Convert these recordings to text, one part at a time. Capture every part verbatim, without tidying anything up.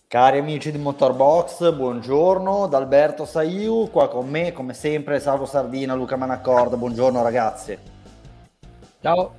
Cari amici di Motorbox, buongiorno da Alberto Saiu, qua con me come sempre Salvo Sardina, Luca Manaccorda, buongiorno ragazzi. Ciao.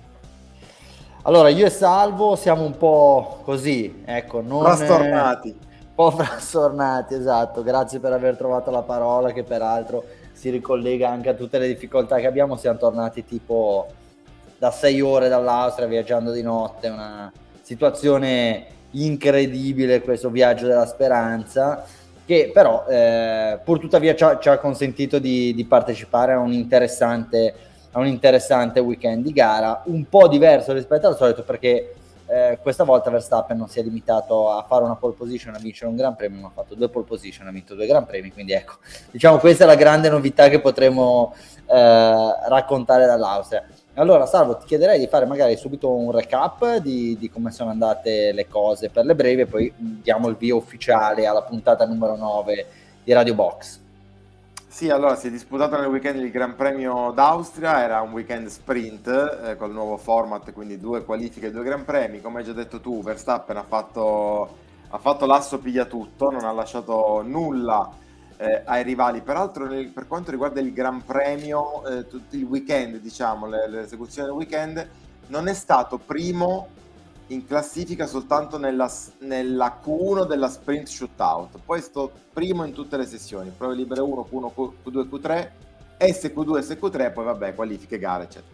Allora io e Salvo siamo un po' così, ecco, non... eh, Frastornati. un po' frastornati, esatto, grazie per aver trovato la parola che peraltro si ricollega anche a tutte le difficoltà che abbiamo, siamo tornati tipo da sei ore dall'Austria viaggiando di notte, una situazione incredibile questo viaggio della speranza, che però eh, pur tuttavia ci ha, ci ha consentito di, di partecipare a un interessante a un interessante weekend di gara, un po' diverso rispetto al solito perché eh, questa volta Verstappen non si è limitato a fare una pole position, a vincere un gran premio, ma ha fatto due pole position, ha vinto due gran premi, quindi ecco, diciamo questa è la grande novità che potremo eh, raccontare dall'Austria. Allora Salvo, ti chiederei di fare magari subito un recap di, di come sono andate le cose per le brevi e poi diamo il via ufficiale alla puntata numero nove di Radio Box. Sì, allora si è disputato nel weekend il Gran Premio d'Austria, era un weekend sprint eh, col nuovo format, quindi due qualifiche e due Gran Premi. Come hai già detto tu, Verstappen ha fatto, ha fatto l'asso pigliatutto, non ha lasciato nulla eh, ai rivali. Peraltro nel- per quanto riguarda il Gran Premio, eh, tutto il weekend, diciamo, le- l'esecuzione del weekend, non è stato primo in classifica soltanto nella, s- nella Q uno della sprint shootout, poi sto primo in tutte le sessioni, prove libere uno, Q uno, Q due, Q tre, S Q due, S Q tre, poi vabbè, qualifiche, gare, eccetera.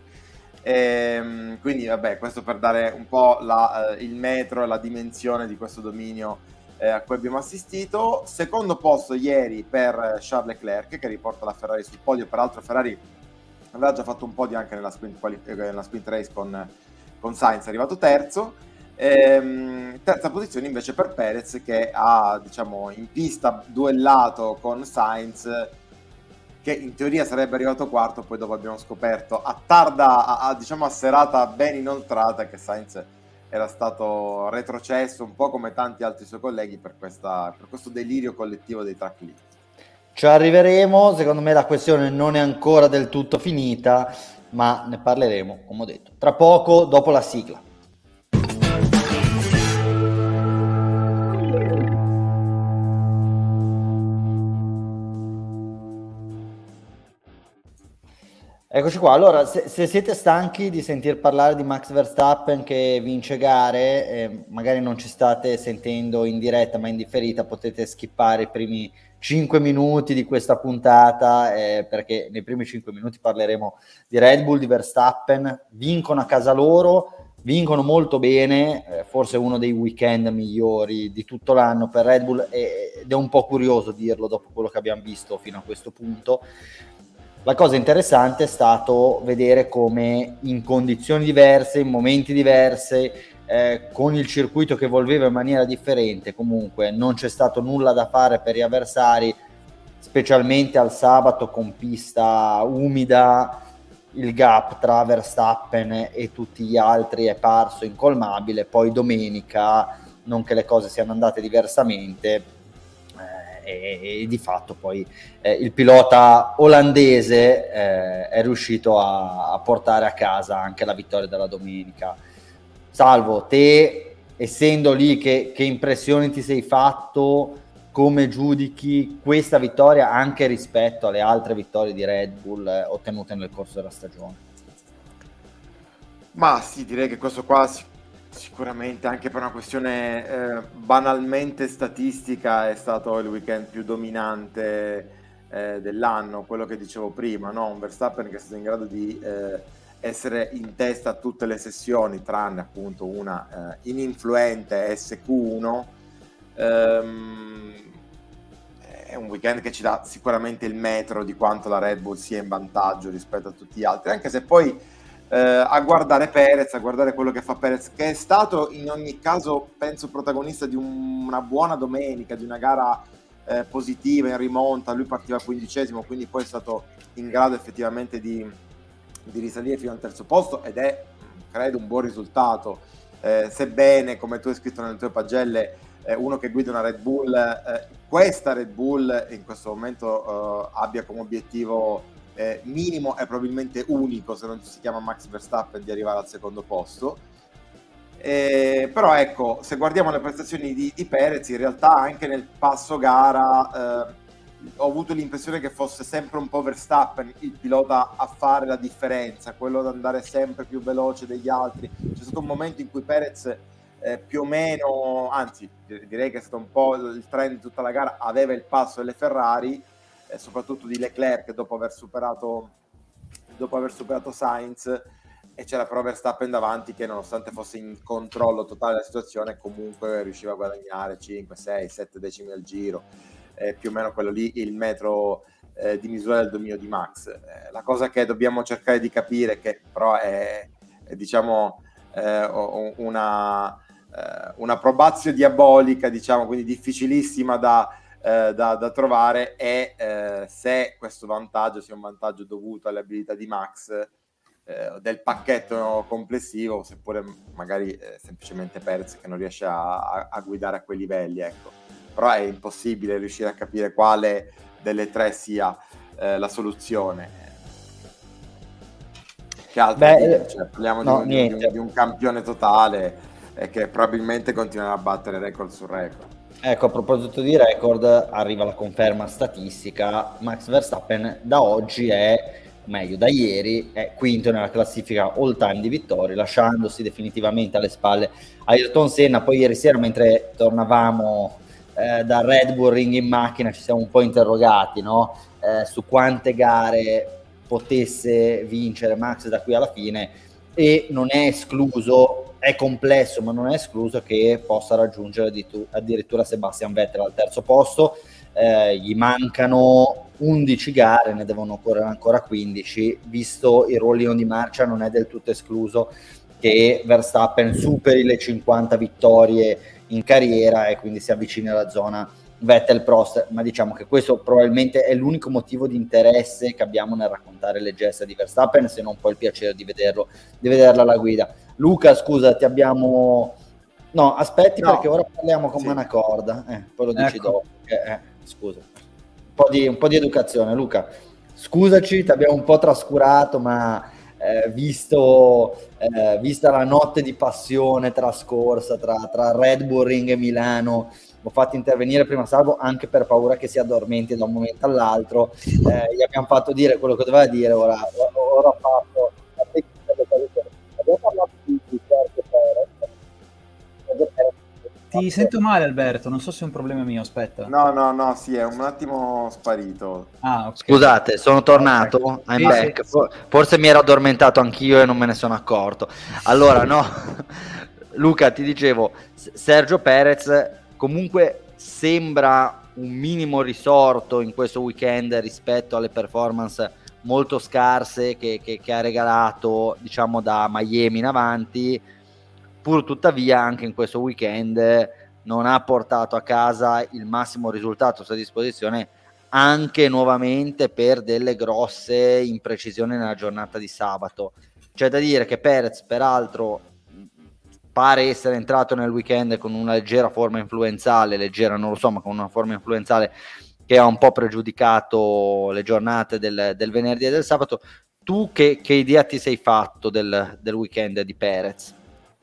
Ehm, quindi vabbè, questo per dare un po' la, eh, il metro e la dimensione di questo dominio eh, a cui abbiamo assistito. Secondo posto ieri per Charles Leclerc, che riporta la Ferrari sul podio, peraltro Ferrari aveva già fatto un podio anche nella sprint, quali- eh, nella sprint race con con Sainz, è arrivato terzo. Ehm, terza posizione invece per Perez, che ha, diciamo, in pista duellato con Sainz, che in teoria sarebbe arrivato quarto, poi dopo abbiamo scoperto a tarda, a, a, diciamo a serata ben inoltrata, che Sainz era stato retrocesso un po' come tanti altri suoi colleghi per, questa, per questo delirio collettivo dei track limit. Ci arriveremo, secondo me la questione non è ancora del tutto finita, ma ne parleremo, come ho detto, tra poco dopo la sigla. Eccoci qua, allora se, se siete stanchi di sentir parlare di Max Verstappen che vince gare, eh, magari non ci state sentendo in diretta ma in differita, potete skippare i primi cinque minuti di questa puntata eh, perché nei primi cinque minuti parleremo di Red Bull, di Verstappen, vincono a casa loro, vincono molto bene, eh, forse uno dei weekend migliori di tutto l'anno per Red Bull eh, ed è un po' curioso dirlo dopo quello che abbiamo visto fino a questo punto. La cosa interessante è stato vedere come in condizioni diverse, in momenti diversi, eh, con il circuito che evolveva in maniera differente, comunque non c'è stato nulla da fare per gli avversari, specialmente al sabato con pista umida, il gap tra Verstappen e tutti gli altri è parso incolmabile, poi domenica, non che le cose siano andate diversamente, e, e di fatto poi eh, il pilota olandese eh, è riuscito a, a portare a casa anche la vittoria della domenica. Salvo, te essendo lì, che, che impressioni ti sei fatto, come giudichi questa vittoria anche rispetto alle altre vittorie di Red Bull eh, ottenute nel corso della stagione? Ma sì, direi che questo qua sic- sicuramente anche per una questione eh, banalmente statistica è stato il weekend più dominante eh, dell'anno, quello che dicevo prima, no? Un Verstappen che è stato in grado di eh, essere in testa a tutte le sessioni, tranne appunto una eh, ininfluente S Q uno. Ehm, è un weekend che ci dà sicuramente il metro di quanto la Red Bull sia in vantaggio rispetto a tutti gli altri, anche se poi eh, a guardare Perez, a guardare quello che fa Perez, che è stato in ogni caso, penso, protagonista di un- una buona domenica, di una gara eh, positiva in rimonta. Lui partiva quindicesimo, quindi poi è stato in grado effettivamente di, di risalire fino al terzo posto ed è, credo, un buon risultato. Eh, sebbene, come tu hai scritto nelle tue pagelle, eh, uno che guida una Red Bull, eh, questa Red Bull in questo momento eh, abbia come obiettivo eh, minimo e probabilmente unico, se non si chiama Max Verstappen, di arrivare al secondo posto. Eh, però ecco, se guardiamo le prestazioni di, di Perez, in realtà anche nel passo gara eh, ho avuto l'impressione che fosse sempre un po' Verstappen il pilota a fare la differenza, quello da andare sempre più veloce degli altri. C'è stato un momento in cui Perez eh, più o meno, anzi direi che è stato un po' il trend di tutta la gara, aveva il passo delle Ferrari, eh, soprattutto di Leclerc dopo aver superato dopo aver superato Sainz, e c'era però Verstappen davanti che nonostante fosse in controllo totale della situazione comunque riusciva a guadagnare cinque, sei, sette decimi al giro, eh, più o meno quello lì il metro eh, di misura del dominio di Max. Eh, la cosa che dobbiamo cercare di capire, che però è, è diciamo eh, una, eh, una probazio diabolica, diciamo, quindi difficilissima da, eh, da, da trovare, è eh, se questo vantaggio sia un vantaggio dovuto alle abilità di Max, del pacchetto complessivo, seppure magari eh, semplicemente Perez che non riesce a, a, a guidare a quei livelli, ecco. Però è impossibile riuscire a capire quale delle tre sia eh, la soluzione. Che altro Beh, dire? Cioè, parliamo no, di, un, di, un, di un campione totale eh, che probabilmente continuerà a battere record su record. Ecco, a proposito di record, arriva la conferma statistica: Max Verstappen da oggi è, meglio da ieri, è quinto nella classifica all time di vittorie, lasciandosi definitivamente alle spalle Ayrton Senna. Poi ieri sera, mentre tornavamo eh, da Red Bull Ring in macchina, ci siamo un po' interrogati, no? eh, su quante gare potesse vincere Max da qui alla fine, e non è escluso, è complesso ma non è escluso che possa raggiungere addirittura Sebastian Vettel al terzo posto. Eh, gli mancano undici gare, ne devono correre ancora quindici. Visto il ruolino di marcia, non è del tutto escluso che Verstappen superi le cinquanta vittorie in carriera e quindi si avvicini alla zona Vettel-Prost, ma diciamo che questo probabilmente è l'unico motivo di interesse che abbiamo nel raccontare le gesta di Verstappen, se non poi il piacere di vederlo, di vederla alla guida. Luca, scusa, ti abbiamo... No, aspetti, no, perché ora parliamo con sì. Manacorda, eh, poi lo dici ecco. dopo. Eh, eh, scusa. Un po' di, un po' di educazione, Luca. Scusaci, ti abbiamo un po' trascurato, ma eh, visto, eh, vista la notte di passione trascorsa tra, tra Red Bull Ring e Milano, ho fatto intervenire prima Salvo anche per paura che si addormenti da un momento all'altro. Eh, gli abbiamo fatto dire quello che doveva dire, ora, ora ho fatto. Abbiamo parlato di Sergio Perez. Ti sento male, Alberto, non so se è un problema mio, aspetta. No, no, no, sì, è un attimo sparito. Ah, okay. Scusate, sono tornato, I'm sì, back. sì, sì. Forse mi ero addormentato anch'io e non me ne sono accorto. Allora, no, Luca, ti dicevo, Sergio Perez comunque sembra un minimo risorto in questo weekend rispetto alle performance molto scarse che, che, che ha regalato, diciamo, da Miami in avanti. Pur tuttavia anche in questo weekend non ha portato a casa il massimo risultato a sua disposizione, anche nuovamente per delle grosse imprecisioni nella giornata di sabato. C'è da dire che Perez, peraltro, pare essere entrato nel weekend con una leggera forma influenzale, leggera non lo so, ma con una forma influenzale che ha un po' pregiudicato le giornate del, del venerdì e del sabato. Tu che, che idea ti sei fatto del, del weekend di Perez?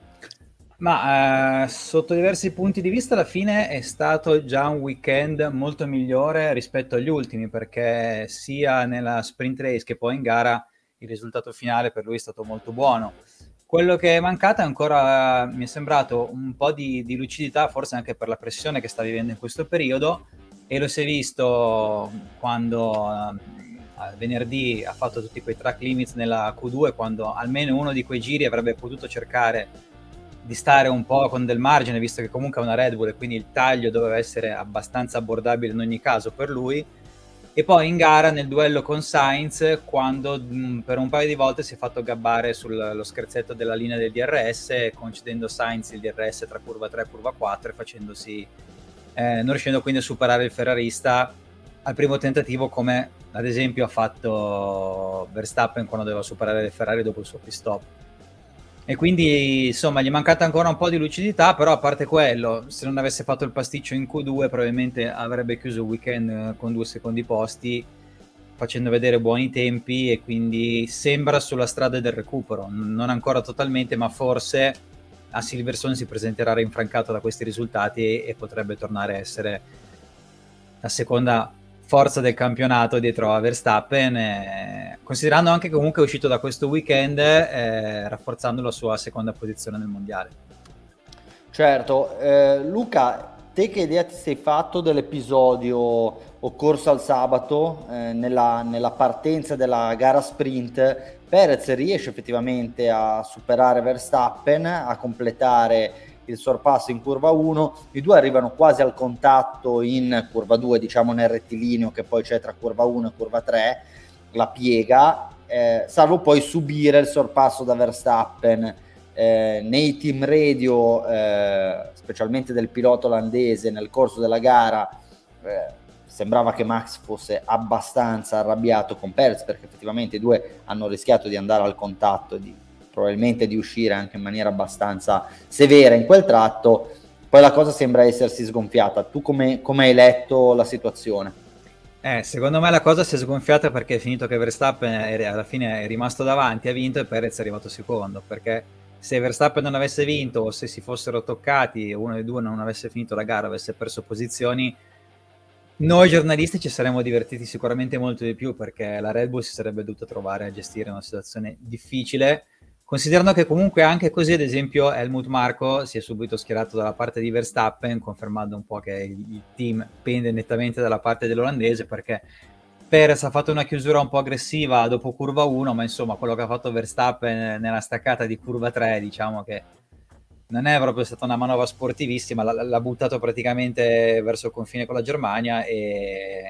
Ma eh, sotto diversi punti di vista alla fine è stato già un weekend molto migliore rispetto agli ultimi, perché sia nella sprint race che poi in gara il risultato finale per lui è stato molto buono. Quello che è mancato è ancora, mi è sembrato, un po' di, di lucidità, forse anche per la pressione che sta vivendo in questo periodo, e lo si è visto quando eh, venerdì ha fatto tutti quei track limits nella Q due, quando almeno uno di quei giri avrebbe potuto cercare di stare un po' con del margine, visto che comunque è una Red Bull e quindi il taglio doveva essere abbastanza abbordabile in ogni caso per lui. E poi in gara nel duello con Sainz, quando mh, per un paio di volte si è fatto gabbare sullo scherzetto della linea del D R S, concedendo Sainz il D R S tra curva tre e curva quattro e facendosi eh, non riuscendo quindi a superare il ferrarista al primo tentativo, come ad esempio ha fatto Verstappen quando doveva superare il Ferrari dopo il suo pit stop. E quindi insomma gli è mancata ancora un po' di lucidità, però a parte quello, se non avesse fatto il pasticcio in Q due probabilmente avrebbe chiuso il weekend con due secondi posti, facendo vedere buoni tempi, e quindi sembra sulla strada del recupero, non ancora totalmente, ma forse a Silverstone si presenterà rinfrancato da questi risultati e potrebbe tornare a essere la seconda forza del campionato dietro a Verstappen, eh, considerando anche che comunque è uscito da questo weekend eh, rafforzando la sua seconda posizione nel mondiale. Certo, eh, Luca, te che idea ti sei fatto dell'episodio occorso al sabato eh, nella, nella partenza della gara sprint? Perez riesce effettivamente a superare Verstappen, a completare il sorpasso in curva uno, i due arrivano quasi al contatto in curva due, diciamo nel rettilineo che poi c'è tra curva uno e curva tre, la piega, eh, salvo poi subire il sorpasso da Verstappen. Eh, nei team radio, eh, specialmente del pilota olandese, nel corso della gara eh, sembrava che Max fosse abbastanza arrabbiato con Perez, perché effettivamente i due hanno rischiato di andare al contatto e di, probabilmente di uscire anche in maniera abbastanza severa in quel tratto. Poi la cosa sembra essersi sgonfiata. Tu come, come hai letto la situazione? Eh, secondo me la cosa si è sgonfiata perché è finito che Verstappen è, alla fine è rimasto davanti, ha vinto, e Perez è arrivato secondo, perché se Verstappen non avesse vinto o se si fossero toccati, uno dei due non avesse finito la gara, avesse perso posizioni, noi giornalisti ci saremmo divertiti sicuramente molto di più, perché la Red Bull si sarebbe dovuta trovare a gestire una situazione difficile, considerando che comunque anche così, ad esempio, Helmut Marko si è subito schierato dalla parte di Verstappen, confermando un po' che il team pende nettamente dalla parte dell'olandese, perché Perez ha fatto una chiusura un po' aggressiva dopo curva uno, ma insomma quello che ha fatto Verstappen nella staccata di curva tre, diciamo che non è proprio stata una manovra sportivissima, l'ha, l'ha buttato praticamente verso il confine con la Germania, e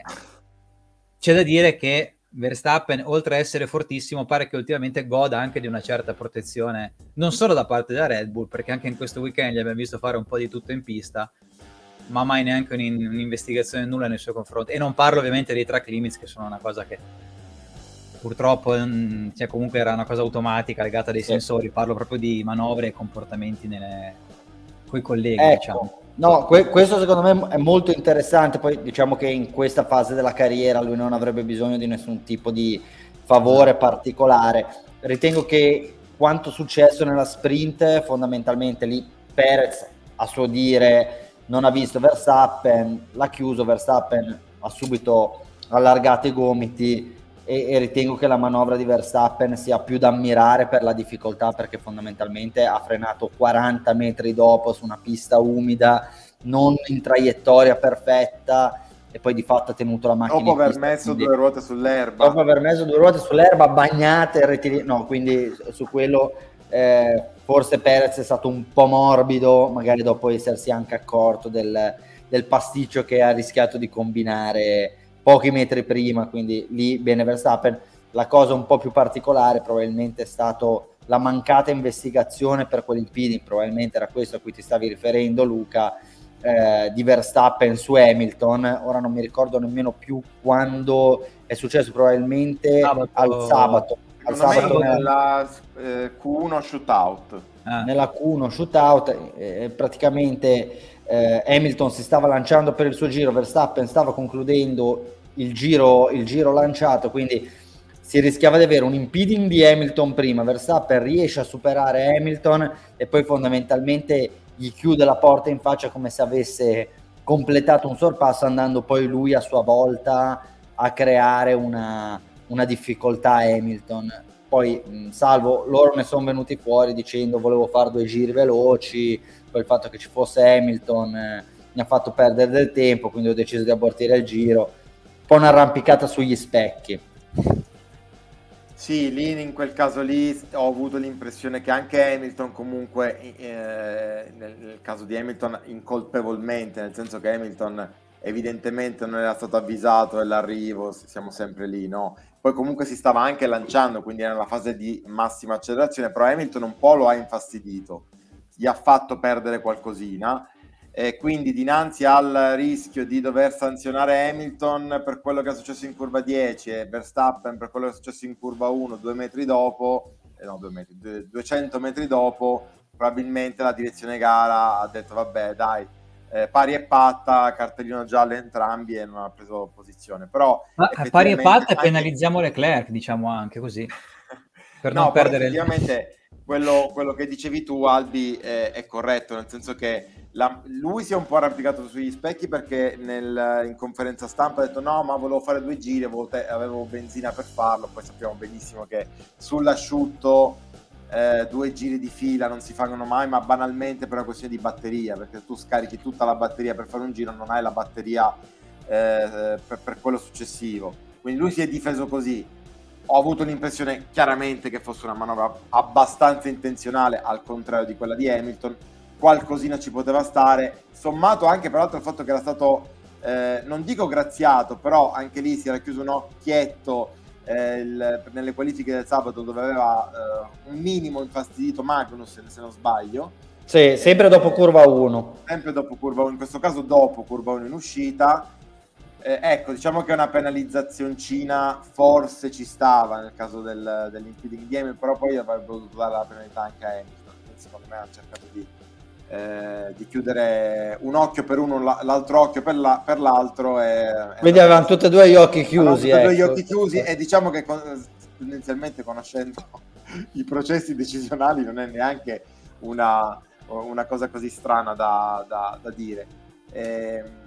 c'è da dire che Verstappen, oltre a essere fortissimo, pare che ultimamente goda anche di una certa protezione, non solo da parte della Red Bull, perché anche in questo weekend gli abbiamo visto fare un po' di tutto in pista, ma mai neanche un, un'investigazione nulla nei suoi confronti. E non parlo ovviamente dei track limits, che sono una cosa che purtroppo mh, cioè comunque era una cosa automatica legata dai sì. sensori, parlo proprio di manovre e comportamenti nelle... coi colleghi, ecco. Diciamo. No, que- questo secondo me è molto interessante. Poi diciamo che in questa fase della carriera lui non avrebbe bisogno di nessun tipo di favore particolare. Ritengo che quanto successo nella sprint, fondamentalmente lì Perez, a suo dire, non ha visto Verstappen, l'ha chiuso, Verstappen ha subito allargato i gomiti, e, e ritengo che la manovra di Verstappen sia più da ammirare per la difficoltà, perché fondamentalmente ha frenato quaranta metri dopo su una pista umida, non in traiettoria perfetta, e poi di fatto ha tenuto la macchina dopo aver pista, messo quindi, due ruote sull'erba dopo aver messo due ruote sull'erba bagnate, retili- no, quindi su quello eh, forse Perez è stato un po' morbido, magari dopo essersi anche accorto del, del pasticcio che ha rischiato di combinare pochi metri prima, quindi lì bene Verstappen. La cosa un po' più particolare probabilmente è stato la mancata investigazione per quell'impeding, probabilmente era questo a cui ti stavi riferendo, Luca, eh, di Verstappen su Hamilton. Ora non mi ricordo nemmeno più quando è successo, probabilmente sabato, al sabato al sabato nella eh, Q uno shootout ah. nella Q uno shootout eh, praticamente eh, Hamilton si stava lanciando per il suo giro, Verstappen stava concludendo il giro, il giro lanciato, quindi si rischiava di avere un impeding di Hamilton prima, Verstappen riesce a superare Hamilton e poi fondamentalmente gli chiude la porta in faccia come se avesse completato un sorpasso, andando poi lui a sua volta a creare una, una difficoltà a Hamilton. Poi mh, salvo loro ne sono venuti fuori dicendo volevo fare due giri veloci, poi il fatto che ci fosse Hamilton eh, mi ha fatto perdere del tempo, quindi ho deciso di abortire il giro, un po' un'arrampicata sugli specchi. Sì, lì in quel caso lì ho avuto l'impressione che anche Hamilton comunque, eh, nel, nel caso di Hamilton incolpevolmente, nel senso che Hamilton evidentemente non era stato avvisato dell'arrivo, siamo sempre lì, no? Poi comunque si stava anche lanciando, quindi era nella fase di massima accelerazione, però Hamilton un po' lo ha infastidito, gli ha fatto perdere qualcosina, e quindi dinanzi al rischio di dover sanzionare Hamilton per quello che è successo in curva dieci e Verstappen per quello che è successo in curva uno due metri dopo, eh no due metri, duecento metri dopo, probabilmente la direzione gara ha detto vabbè dai, eh, pari e patta, cartellino giallo entrambi, e non ha preso posizione. Però Ma pari e patta anche... penalizziamo Leclerc, diciamo, anche così per no, non perdere effettivamente quello, quello che dicevi tu, Albi, è, è corretto, nel senso che la, lui si è un po' arrampicato sugli specchi perché nel, in conferenza stampa ha detto no, ma volevo fare due giri, avevo, te- avevo benzina per farlo. Poi sappiamo benissimo che sull'asciutto eh, due giri di fila non si fanno mai, ma banalmente per una questione di batteria, perché tu scarichi tutta la batteria per fare un giro, non hai la batteria eh, per, per quello successivo. Quindi lui si è difeso così. Ho avuto l'impressione chiaramente che fosse una manovra abbastanza intenzionale, al contrario di quella di Hamilton. Qualcosina ci poteva stare, sommato anche peraltro il fatto che era stato eh, non dico graziato, però anche lì si era chiuso un occhietto eh, il, nelle qualifiche del sabato, dove aveva eh, un minimo infastidito Magnus, se non sbaglio. Sì, sempre dopo curva uno. Sempre dopo curva uno, in questo caso dopo curva uno in uscita. Eh, ecco, diciamo che una penalizzazione forse ci stava nel caso del, dell'infeeding game, però poi avrebbe dovuto dare la penalità anche a Hamilton. Secondo me hanno cercato di, eh, di chiudere un occhio per uno, l'altro occhio per, la, per l'altro. E, quindi avevano tutti e due gli occhi chiusi. Avevano tutti e ecco. due gli occhi chiusi, e diciamo che tendenzialmente, conoscendo i processi decisionali, non è neanche una, una cosa così strana da, da, da dire. E,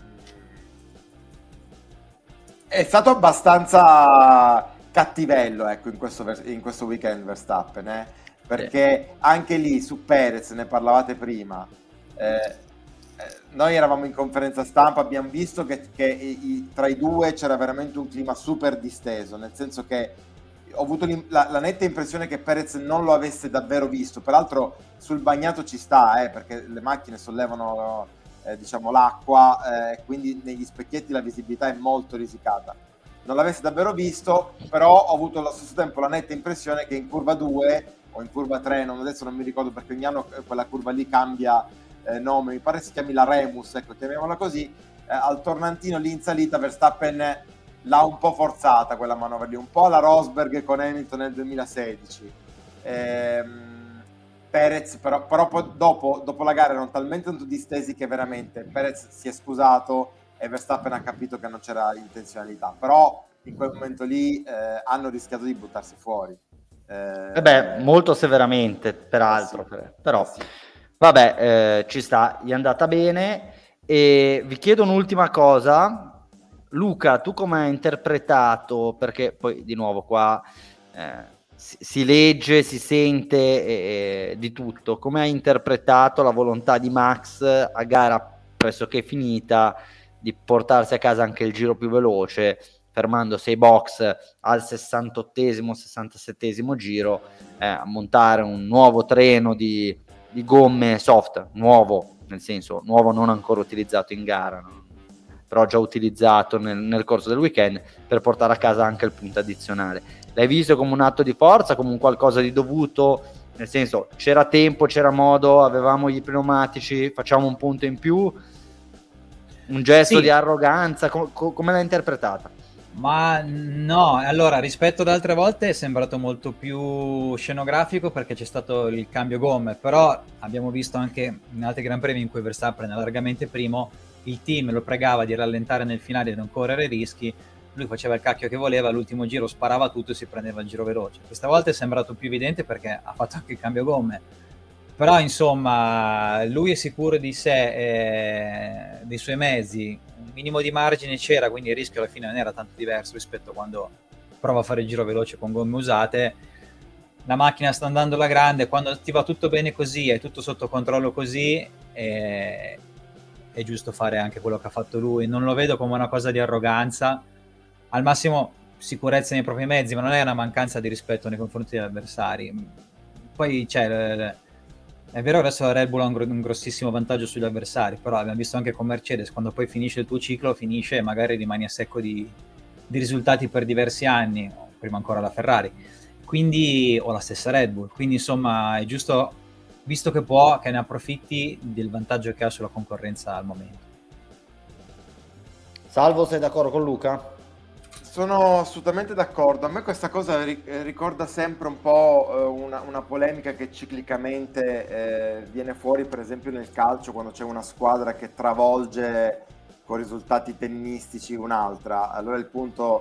è stato abbastanza cattivello, ecco, in questo, in questo weekend Verstappen, eh? Perché anche lì su Perez, ne parlavate prima, eh, noi eravamo in conferenza stampa, abbiamo visto che, che i, tra i due c'era veramente un clima super disteso, nel senso che ho avuto la, la netta impressione che Perez non lo avesse davvero visto. Peraltro sul bagnato ci sta, eh, perché le macchine sollevano Eh, diciamo l'acqua, eh, quindi negli specchietti la visibilità è molto risicata. Non l'avesse davvero visto, però ho avuto allo stesso tempo la netta impressione che in curva due o in curva tre, non, adesso non mi ricordo perché ogni anno quella curva lì cambia eh, nome, mi pare si chiami la Remus, ecco, chiamiamola così, eh, al tornantino lì in salita Verstappen l'ha un po' forzata quella manovra lì, un po' alla Rosberg con Hamilton nel duemilasedici. ehm Perez però, però poi dopo, dopo la gara erano talmente tanto distesi che veramente Perez si è scusato e Verstappen ha capito che non c'era intenzionalità, però in quel momento lì eh, hanno rischiato di buttarsi fuori. Eh, eh beh, molto severamente peraltro, eh sì, però eh sì. vabbè, eh, ci sta, gli è andata bene. E vi chiedo un'ultima cosa, Luca, tu come hai interpretato, perché poi di nuovo qua eh, si, si legge, si sente eh, di tutto, come hai interpretato la volontà di Max a gara pressoché finita di portarsi a casa anche il giro più veloce, fermandosi ai box al sessantottesimo, sessantasettesimo giro, eh, a montare un nuovo treno di, di gomme soft, nuovo, nel senso nuovo non ancora utilizzato in gara, no? Però già utilizzato nel, nel corso del weekend, per portare a casa anche il punto addizionale. L'hai visto come un atto di forza, come un qualcosa di dovuto, nel senso c'era tempo, c'era modo, avevamo gli pneumatici, facciamo un punto in più, un gesto sì. di arroganza, com- com- come l'hai interpretata? Ma no, allora rispetto ad altre volte è sembrato molto più scenografico perché c'è stato il cambio gomme, però abbiamo visto anche in altri Gran Premi in cui Verstappen è largamente primo, il team lo pregava di rallentare nel finale e non correre rischi, lui faceva il cacchio che voleva, all'ultimo giro sparava tutto e si prendeva il giro veloce. Questa volta è sembrato più evidente perché ha fatto anche il cambio gomme, però insomma lui è sicuro di sé e dei suoi mezzi, un minimo di margine c'era, quindi il rischio alla fine non era tanto diverso rispetto a quando prova a fare il giro veloce con gomme usate. La macchina sta andando alla grande, quando ti va tutto bene così, è tutto sotto controllo così, è, è giusto fare anche quello che ha fatto lui. Non lo vedo come una cosa di arroganza, al massimo sicurezza nei propri mezzi, ma non è una mancanza di rispetto nei confronti degli avversari. Poi c'è... Le, le, È vero, adesso la Red Bull ha un, gro- un grossissimo vantaggio sugli avversari, però abbiamo visto anche con Mercedes, quando poi finisce il tuo ciclo, finisce e magari rimani a secco di, di risultati per diversi anni, prima ancora la Ferrari, quindi, o la stessa Red Bull. Quindi insomma è giusto, visto che può, che ne approfitti del vantaggio che ha sulla concorrenza al momento. Salvo, sei d'accordo con Luca? Sono assolutamente d'accordo. A me questa cosa ricorda sempre un po' una, una polemica che ciclicamente eh, viene fuori, per esempio nel calcio, quando c'è una squadra che travolge con risultati tennistici un'altra. Allora il punto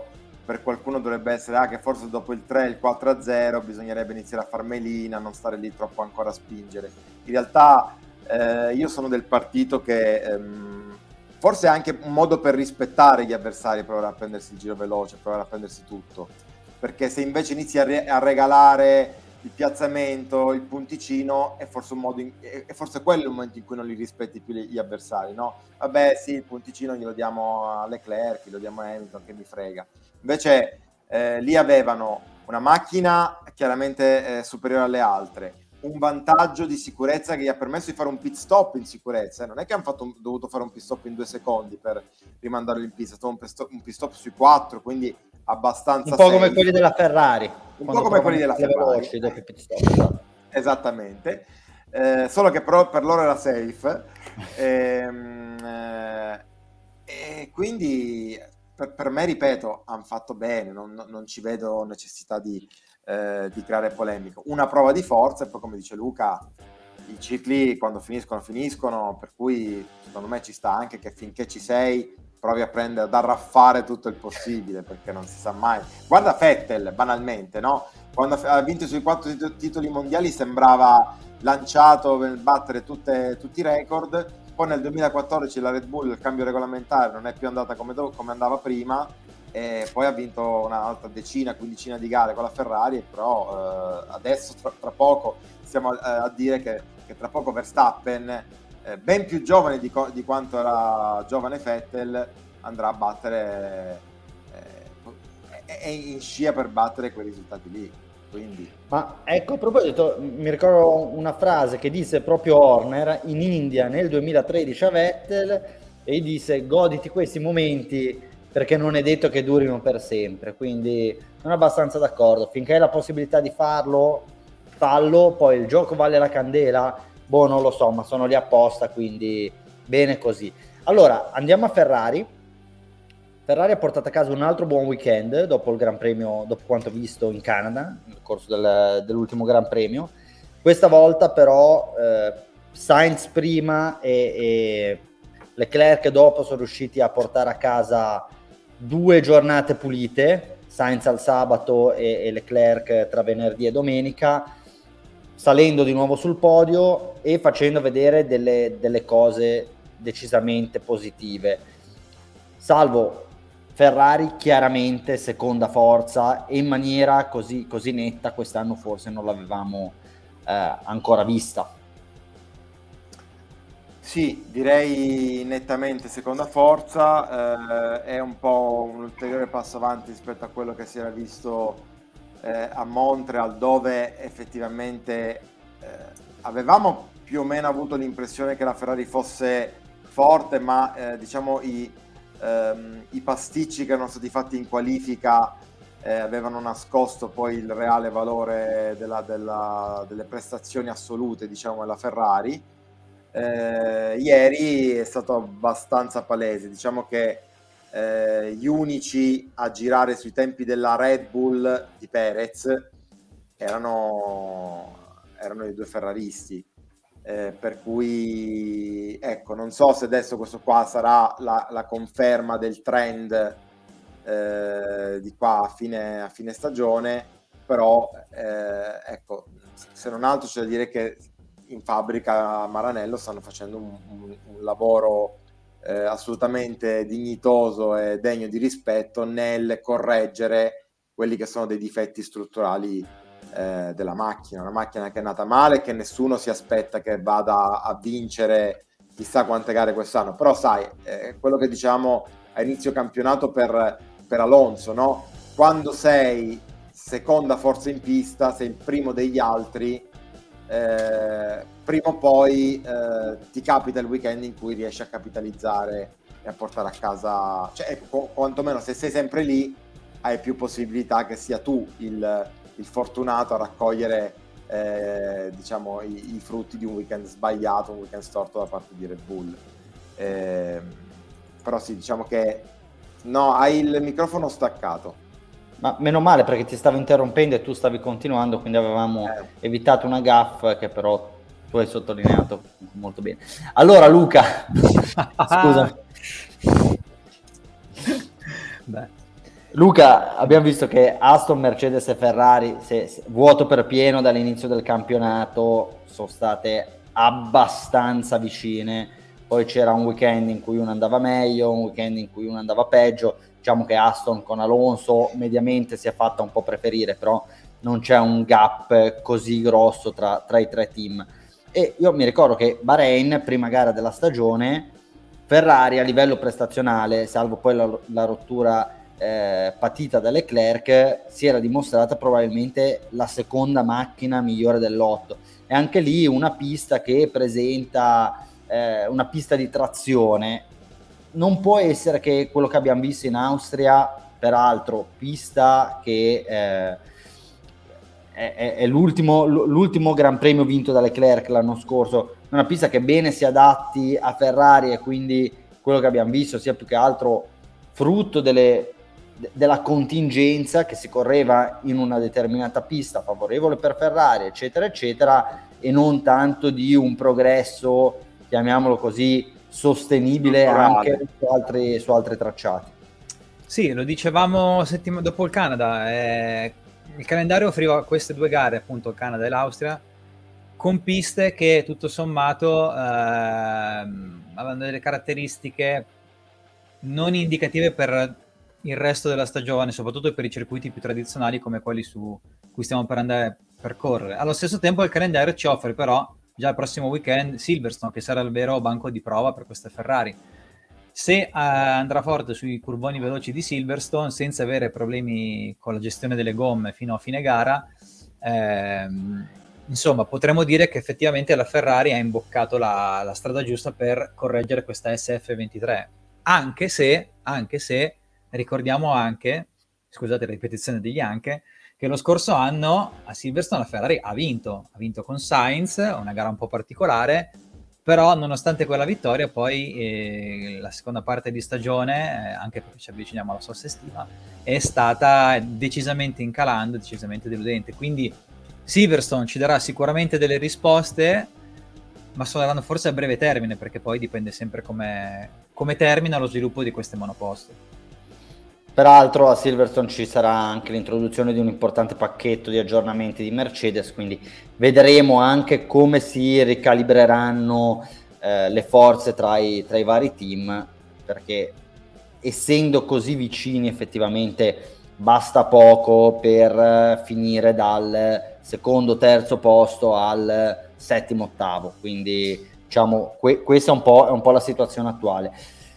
per qualcuno dovrebbe essere ah, che forse dopo il tre, il quattro a zero bisognerebbe iniziare a far melina, non stare lì troppo ancora a spingere. In realtà eh, io sono del partito che ehm, forse è anche un modo per rispettare gli avversari, provare a prendersi il giro veloce, provare a prendersi tutto, perché se invece inizi a, re- a regalare il piazzamento, il punticino, è forse un modo in- è forse quello il momento in cui non li rispetti più gli avversari, no? Vabbè sì, il punticino glielo diamo a Leclerc, glielo diamo a Hamilton, che mi frega. Invece eh, lì avevano una macchina chiaramente eh, superiore alle altre, un vantaggio di sicurezza che gli ha permesso di fare un pit stop in sicurezza, eh. Non è che hanno fatto un, dovuto fare un pit stop in due secondi per rimandarlo in pista, è stato un pit stop, un pit stop sui quattro, quindi abbastanza un po' safe. come quelli della Ferrari, un po' come quelli della Ferrari veloci, dopo i pit stop. Esattamente, eh, solo che però per loro era safe ehm, eh, e quindi per, per me, ripeto, hanno fatto bene, non, non ci vedo necessità di, eh, di creare polemica. Una prova di forza, e poi come dice Luca, i cicli quando finiscono finiscono, per cui secondo me ci sta anche che finché ci sei provi a prendere, ad arraffare tutto il possibile, perché non si sa mai. Guarda Vettel, banalmente, no? Quando ha vinto sui quattro titoli mondiali sembrava lanciato per battere tutte, tutti i record, poi nel duemilaquattordici la Red Bull, il cambio regolamentare, non è più andata come, do- come andava prima, e poi ha vinto un'altra decina, quindicina di gare con la Ferrari, però eh, adesso tra, tra poco stiamo a, a dire che, che tra poco Verstappen, eh, ben più giovane di, co- di quanto era giovane Vettel, andrà a battere, eh, è in scia per battere quei risultati lì. Quindi. Ma ecco, a proposito, mi ricordo una frase che disse proprio Horner in India nel duemilatredici a Vettel, e gli disse: goditi questi momenti perché non è detto che durino per sempre. Quindi sono abbastanza d'accordo, finché hai la possibilità di farlo, fallo. Poi il gioco vale la candela, boh, non lo so, ma sono lì apposta, quindi bene così. Allora andiamo a Ferrari. Ferrari ha portato a casa un altro buon weekend dopo il Gran Premio, dopo quanto visto in Canada nel corso del, dell'ultimo Gran Premio. Questa volta però eh, Sainz prima e, e Leclerc dopo sono riusciti a portare a casa due giornate pulite, Sainz al sabato e, e Leclerc tra venerdì e domenica, salendo di nuovo sul podio e facendo vedere delle, delle cose decisamente positive. Salvo Ferrari chiaramente seconda forza, e in maniera così, così netta quest'anno forse non l'avevamo eh, ancora vista. Sì, direi nettamente seconda forza, eh, è un po' un ulteriore passo avanti rispetto a quello che si era visto eh, a Montreal, dove effettivamente eh, avevamo più o meno avuto l'impressione che la Ferrari fosse forte, ma eh, diciamo i Um, i pasticci che erano stati fatti in qualifica eh, avevano nascosto poi il reale valore della, della, delle prestazioni assolute, diciamo, della Ferrari. Eh, ieri è stato abbastanza palese, diciamo che eh, gli unici a girare sui tempi della Red Bull di Perez erano, erano i due ferraristi. Eh, per cui ecco, non so se adesso questo qua sarà la, la conferma del trend eh, di qua a fine, a fine stagione, però eh, ecco, se non altro c'è da dire che in fabbrica a Maranello stanno facendo un, un, un lavoro eh, assolutamente dignitoso e degno di rispetto nel correggere quelli che sono dei difetti strutturali Eh, della macchina, una macchina che è nata male, che nessuno si aspetta che vada a vincere chissà quante gare quest'anno, però sai, eh, quello che diciamo a inizio campionato per, per Alonso, no? Quando sei seconda forza in pista, sei il primo degli altri, eh, prima o poi eh, ti capita il weekend in cui riesci a capitalizzare e a portare a casa, cioè qu- quantomeno se sei sempre lì hai più possibilità che sia tu il il fortunato a raccogliere eh, diciamo i, i frutti di un weekend sbagliato, un weekend storto da parte di Red Bull. Eh, però sì, diciamo che no, hai il microfono staccato. Ma meno male, perché ti stavo interrompendo e tu stavi continuando, quindi avevamo eh. evitato una gaffe che però tu hai sottolineato molto bene. Allora Luca, scusa. Beh. Luca, abbiamo visto che Aston, Mercedes e Ferrari, se, se, vuoto per pieno dall'inizio del campionato, sono state abbastanza vicine. Poi c'era un weekend in cui uno andava meglio, un weekend in cui uno andava peggio. Diciamo che Aston con Alonso mediamente si è fatta un po' preferire, però non c'è un gap così grosso tra, tra i tre team. E io mi ricordo che Bahrain, prima gara della stagione, Ferrari a livello prestazionale, salvo poi la, la rottura eh, patita da Leclerc, si era dimostrata probabilmente la seconda macchina migliore del lotto. E anche lì una pista che presenta eh, una pista di trazione. Non può essere che quello che abbiamo visto in Austria, peraltro pista che eh, è, è l'ultimo, l'ultimo Gran Premio vinto da Leclerc l'anno scorso, una pista che bene si adatti a Ferrari, e quindi quello che abbiamo visto sia più che altro frutto delle, della contingenza che si correva in una determinata pista favorevole per Ferrari, eccetera eccetera, e non tanto di un progresso, chiamiamolo così, sostenibile anche su altri, su altri tracciati. Sì, lo dicevamo settima- dopo il Canada, eh, il calendario offriva queste due gare, appunto il Canada e l'Austria, con piste che tutto sommato eh, avevano delle caratteristiche non indicative per il resto della stagione, soprattutto per i circuiti più tradizionali come quelli su cui stiamo per andare per correre. Allo stesso tempo il calendario ci offre però già il prossimo weekend Silverstone, che sarà il vero banco di prova per queste Ferrari. Se eh, andrà forte sui curvoni veloci di Silverstone senza avere problemi con la gestione delle gomme fino a fine gara, ehm, insomma potremmo dire che effettivamente la Ferrari ha imboccato la, la strada giusta per correggere questa S F ventitré, anche se, anche se ricordiamo anche, scusate la ripetizione degli anche, che lo scorso anno a Silverstone la Ferrari ha vinto, ha vinto con Sainz, una gara un po' particolare, però nonostante quella vittoria poi eh, la seconda parte di stagione, eh, anche perché ci avviciniamo alla sosta estiva, è stata decisamente incalando, decisamente deludente. Quindi Silverstone ci darà sicuramente delle risposte, ma saranno forse a breve termine, perché poi dipende sempre come, come termina lo sviluppo di queste monoposto. Peraltro a Silverstone ci sarà anche l'introduzione di un importante pacchetto di aggiornamenti di Mercedes, quindi vedremo anche come si ricalibreranno eh, le forze tra i, tra i vari team, perché essendo così vicini effettivamente basta poco per finire dal secondo, terzo posto al settimo, ottavo, quindi diciamo que- questa è un po', è un po' la situazione attuale.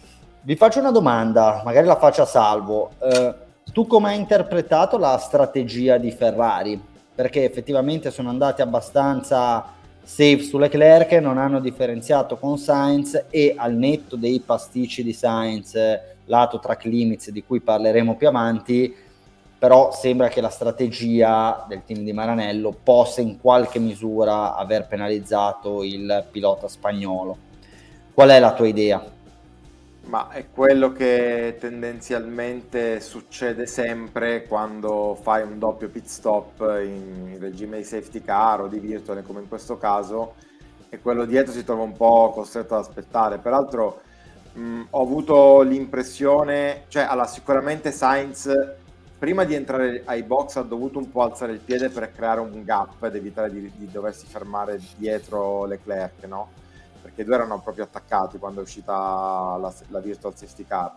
Vi faccio una domanda, magari la faccio a Salvo. Eh, tu come hai interpretato la strategia di Ferrari? Perché effettivamente sono andati abbastanza safe su Leclerc, non hanno differenziato con Sainz, e al netto dei pasticci di Sainz, lato track limits di cui parleremo più avanti, però sembra che la strategia del team di Maranello possa in qualche misura aver penalizzato il pilota spagnolo. Qual è la tua idea? Ma è quello che tendenzialmente succede sempre quando fai un doppio pit stop in regime di safety car o di virtual, come in questo caso, e quello dietro si trova un po' costretto ad aspettare. Peraltro mh, ho avuto l'impressione, cioè allora, sicuramente Sainz prima di entrare ai box ha dovuto un po' alzare il piede per creare un gap ed evitare di, di doversi fermare dietro Leclerc, no? Perché due erano proprio attaccati quando è uscita la, la virtual safety car.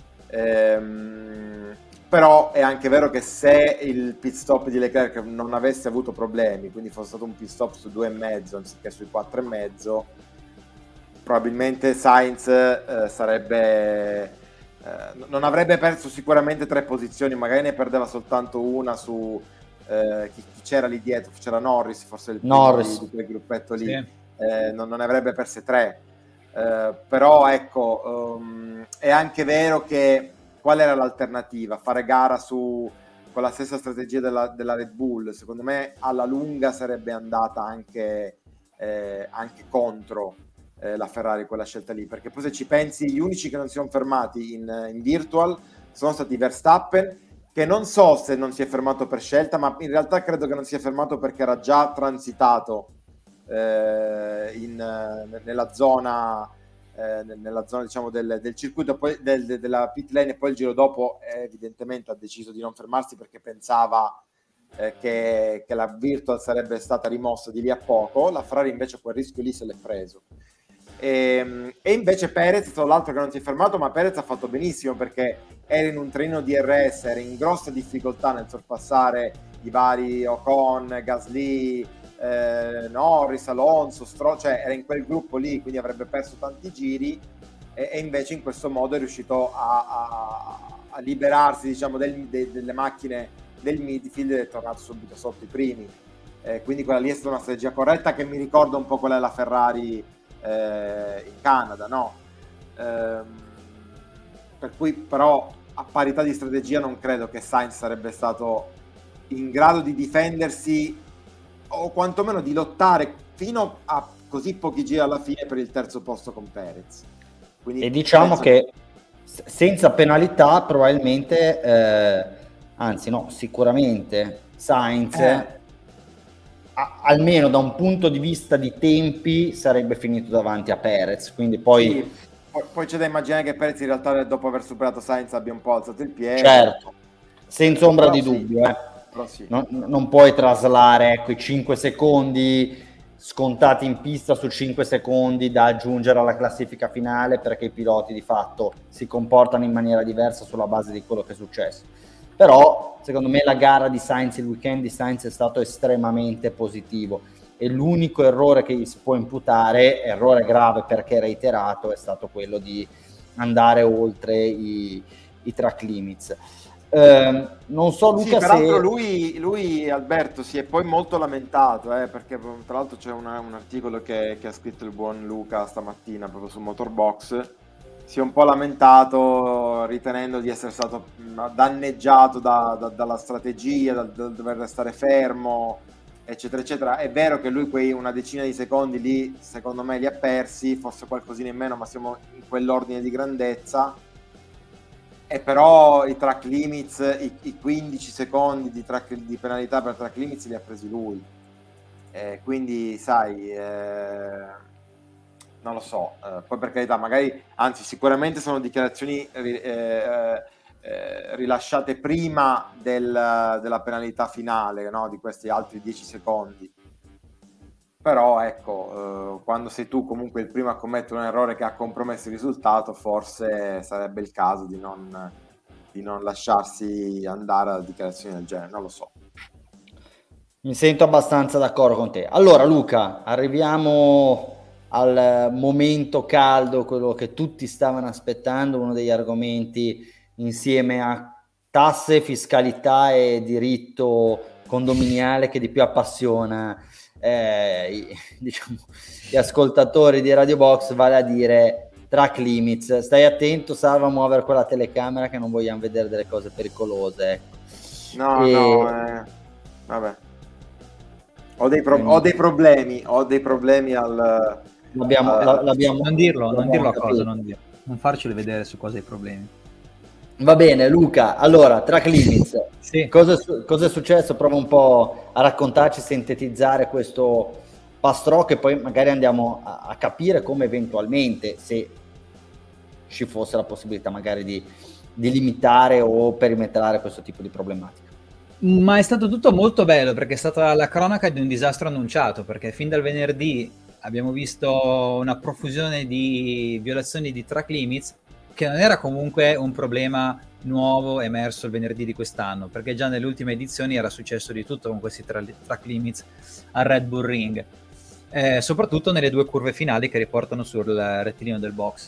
Ehm, però è anche vero che se il pit stop di Leclerc non avesse avuto problemi, quindi fosse stato un pit stop su due e mezzo anziché sui quattro e mezzo, probabilmente Sainz eh, sarebbe eh, non avrebbe perso sicuramente tre posizioni, magari ne perdeva soltanto una su eh, chi, chi c'era lì dietro, c'era Norris, forse il primo Norris. di, di quel gruppetto lì. Sì. Eh, non, non ne avrebbe perse tre, eh, però ecco um, è anche vero che qual era l'alternativa? Fare gara su con la stessa strategia della, della Red Bull, secondo me alla lunga sarebbe andata anche, eh, anche contro eh, la Ferrari quella scelta lì, perché poi se ci pensi gli unici che non si sono fermati in, in virtual sono stati Verstappen, che non so se non si è fermato per scelta, ma in realtà credo che non si è fermato perché era già transitato In, nella zona eh, nella zona diciamo del, del circuito poi del, de, della pit lane, e poi il giro dopo eh, evidentemente ha deciso di non fermarsi perché pensava eh, che, che la virtual sarebbe stata rimossa di lì a poco. La Ferrari invece quel rischio lì se l'è preso. E, e invece Perez, tra l'altro, che non si è fermato, ma Perez ha fatto benissimo perché era in un trenino D R S, era in grossa difficoltà nel sorpassare i vari Ocon, Gasly, eh, Norris, Alonso, Stroll, cioè era in quel gruppo lì, quindi avrebbe perso tanti giri, e, e invece in questo modo è riuscito a, a, a liberarsi, diciamo, del, de, delle macchine del midfield ed è tornato subito sotto i primi. Eh, quindi quella lì è stata una strategia corretta, che mi ricorda un po' quella della Ferrari eh, in Canada, no? Ehm, per cui però a parità di strategia non credo che Sainz sarebbe stato in grado di difendersi o quantomeno di lottare fino a così pochi giri alla fine per il terzo posto con Perez. Quindi e diciamo penso... che senza penalità probabilmente eh, anzi no, sicuramente Sainz eh. a, almeno da un punto di vista di tempi sarebbe finito davanti a Perez, quindi poi sì, poi, poi c'è da immaginare che Perez in realtà dopo aver superato Sainz abbia un po' alzato il piede, certo, senza ombra però di sì, dubbio eh. però sì. non, non puoi traslare ecco i cinque secondi scontati in pista su cinque secondi da aggiungere alla classifica finale, perché i piloti di fatto si comportano in maniera diversa sulla base di quello che è successo. Però secondo me la gara di Sainz, il weekend di Sainz è stato estremamente positivo, e l'unico errore che gli si può imputare, errore grave perché reiterato, è stato quello di andare oltre i, i track limits. Eh, non so Luca, sì, peraltro se... lui, lui Alberto si è poi molto lamentato eh, perché tra l'altro c'è una, un articolo che, che ha scritto il buon Luca stamattina proprio su Motorbox. Si è un po' lamentato ritenendo di essere stato danneggiato da, da, dalla strategia, dal, dal dover restare fermo, eccetera eccetera. È vero che lui quei una decina di secondi lì secondo me li ha persi, forse qualcosina in meno, ma siamo in quell'ordine di grandezza. E però i track limits, i, i quindici secondi di, track, di penalità per track limits li ha presi lui, eh, quindi sai eh, non lo so, eh, poi per carità magari, anzi sicuramente sono dichiarazioni eh, eh, rilasciate prima del, della penalità finale, no? Di questi altri dieci secondi. Però ecco, eh, quando sei tu comunque il primo a commettere un errore che ha compromesso il risultato, forse sarebbe il caso di non, di non lasciarsi andare a dichiarazioni del genere, non lo so. Mi sento abbastanza d'accordo con te. Allora Luca, arriviamo al momento caldo, quello che tutti stavano aspettando, uno degli argomenti insieme a tasse, fiscalità e diritto condominiale che di più appassiona Eh, i, diciamo, gli ascoltatori di Radio Box, vale a dire track limits. Stai attento, Salva, a muovere quella telecamera che non vogliamo vedere delle cose pericolose. No, e... no, eh, vabbè. Ho dei, pro- ho dei problemi, ho dei problemi al... L'abbiamo, uh, l'abbiamo, non dirlo, non dirlo a capito. cosa, non, dirlo. Non farceli vedere su cosa hai problemi. Va bene Luca, allora track limits. Sì. Cosa, cosa è successo? Prova un po' a raccontarci, sintetizzare questo pastrò, che poi magari andiamo a, a capire come eventualmente, se ci fosse la possibilità magari di, di limitare o perimetrare questo tipo di problematica. Ma è stato tutto molto bello, perché è stata la cronaca di un disastro annunciato, perché fin dal venerdì abbiamo visto una profusione di violazioni di track limits, che non era comunque un problema nuovo emerso il venerdì di quest'anno, perché già nelle ultime edizioni era successo di tutto con questi tra- track limits al Red Bull Ring, eh, soprattutto nelle due curve finali che riportano sul rettilineo del box.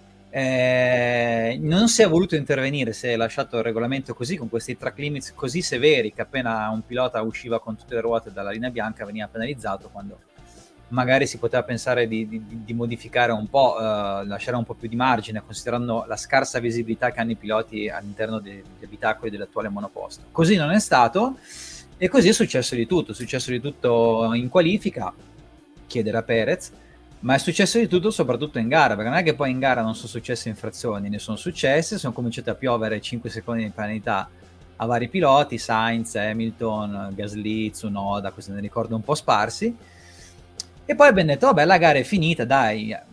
Eh, non si è voluto intervenire, si è lasciato il regolamento così, con questi track limits così severi, che appena un pilota usciva con tutte le ruote dalla linea bianca veniva penalizzato, quando magari si poteva pensare di, di, di modificare un po', uh, lasciare un po' più di margine, considerando la scarsa visibilità che hanno i piloti all'interno degli abitacoli dell'attuale monoposto. Così non è stato, e così è successo di tutto. È successo di tutto in qualifica, chiedere a Perez, ma è successo di tutto soprattutto in gara, perché non è che poi in gara non sono successe infrazioni, ne sono successe, sono cominciate a piovere cinque secondi di penalità a vari piloti, Sainz, Hamilton, Gasly, Tsunoda, così ne ricordo un po' sparsi. E poi abbiamo detto, vabbè, la gara è finita, dai,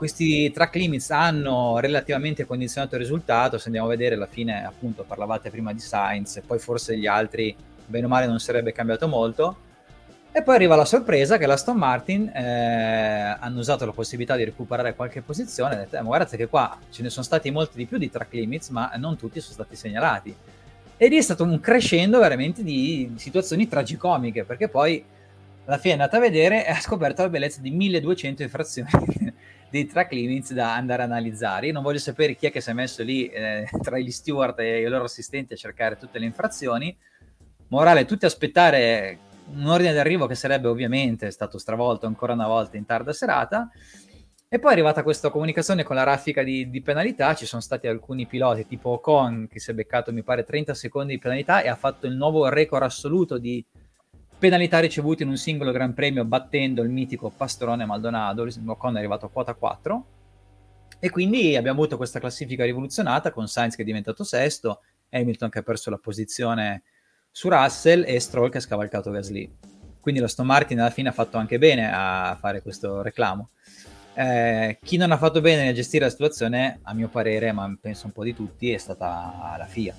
questi track limits hanno relativamente condizionato il risultato. Se andiamo a vedere, alla fine, appunto, parlavate prima di Sainz, e poi forse gli altri, bene o male, non sarebbe cambiato molto. E poi arriva la sorpresa che l'Aston Martin eh, hanno usato la possibilità di recuperare qualche posizione, e detto, eh, ma guardate che qua ce ne sono stati molti di più di track limits, ma non tutti sono stati segnalati. E lì è stato un crescendo veramente di, di situazioni tragicomiche, perché poi alla fine è andata a vedere e ha scoperto la bellezza di milleduecento infrazioni dei track limits da andare a analizzare. Io non voglio sapere chi è che si è messo lì eh, tra gli steward e i loro assistenti a cercare tutte le infrazioni. Morale, tutti aspettare un ordine d'arrivo che sarebbe ovviamente stato stravolto ancora una volta in tarda serata. E poi è arrivata questa comunicazione con la raffica di, di penalità. Ci sono stati alcuni piloti tipo Ocon che si è beccato, mi pare, trenta secondi di penalità e ha fatto il nuovo record assoluto di penalità ricevute in un singolo Gran Premio, battendo il mitico Pastrone Maldonado. Ocon è arrivato a quota quattro, e quindi abbiamo avuto questa classifica rivoluzionata con Sainz che è diventato sesto, Hamilton che ha perso la posizione su Russell e Stroll che ha scavalcato Gasly. Quindi la Aston Martin alla fine ha fatto anche bene a fare questo reclamo. Eh, chi non ha fatto bene nel gestire la situazione, a mio parere, ma penso un po' di tutti, è stata la F I A.